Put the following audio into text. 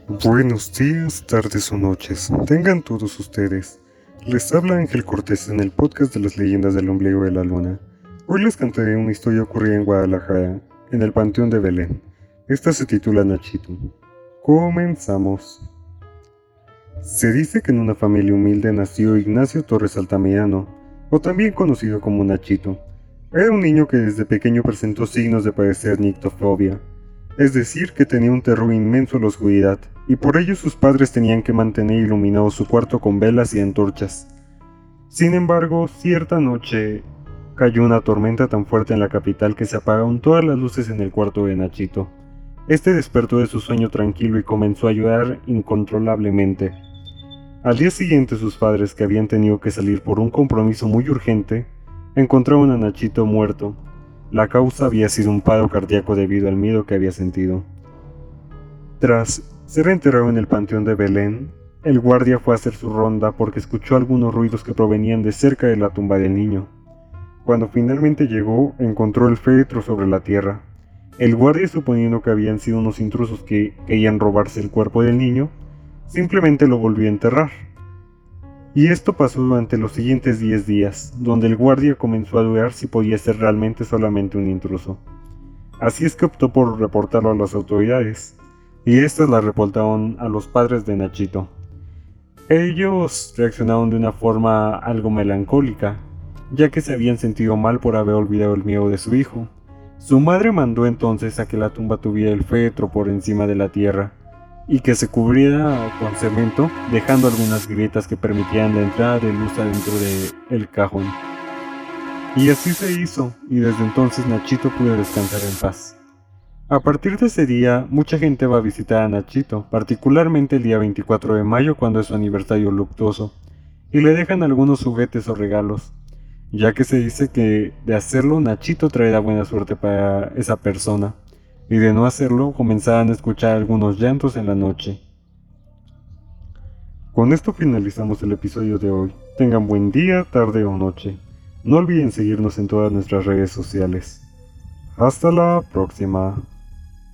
Buenos días, tardes o noches, tengan todos ustedes. Les habla Ángel Cortés en el podcast de las leyendas del ombligo de la luna. Hoy les contaré una historia ocurrida en Guadalajara, en el Panteón de Belén. Esta se titula Nachito. Comenzamos. Se dice que en una familia humilde nació Ignacio Torres Altamirano, o también conocido como Nachito. Era un niño que desde pequeño presentó signos de padecer nictofobia, es decir, que tenía un terror inmenso a la oscuridad, y por ello sus padres tenían que mantener iluminado su cuarto con velas y antorchas. Sin embargo, cierta noche cayó una tormenta tan fuerte en la capital que se apagaron todas las luces en el cuarto de Nachito. Este despertó de su sueño tranquilo y comenzó a llorar incontrolablemente. Al día siguiente sus padres, que habían tenido que salir por un compromiso muy urgente, encontraron a Nachito muerto. La causa había sido un paro cardíaco debido al miedo que había sentido. Tras ser enterrado en el Panteón de Belén, el guardia fue a hacer su ronda porque escuchó algunos ruidos que provenían de cerca de la tumba del niño. Cuando finalmente llegó, encontró el féretro sobre la tierra. El guardia, suponiendo que habían sido unos intrusos que querían robarse el cuerpo del niño, simplemente lo volvió a enterrar. Y esto pasó durante los siguientes 10 días, donde el guardia comenzó a dudar si podía ser realmente solamente un intruso. Así es que optó por reportarlo a las autoridades, y estas la reportaron a los padres de Nachito. Ellos reaccionaron de una forma algo melancólica, ya que se habían sentido mal por haber olvidado el miedo de su hijo. Su madre mandó entonces a que la tumba tuviera el féretro por encima de la tierra, y que se cubriera con cemento, dejando algunas grietas que permitían la entrada de luz adentro del cajón. Y así se hizo, y desde entonces Nachito pudo descansar en paz. A partir de ese día, mucha gente va a visitar a Nachito, particularmente el día 24 de mayo cuando es su aniversario luctuoso, y le dejan algunos juguetes o regalos, ya que se dice que de hacerlo Nachito traerá buena suerte para esa persona, y de no hacerlo comenzarán a escuchar algunos llantos en la noche. Con esto finalizamos el episodio de hoy. Tengan buen día, tarde o noche. No olviden seguirnos en todas nuestras redes sociales. Hasta la próxima.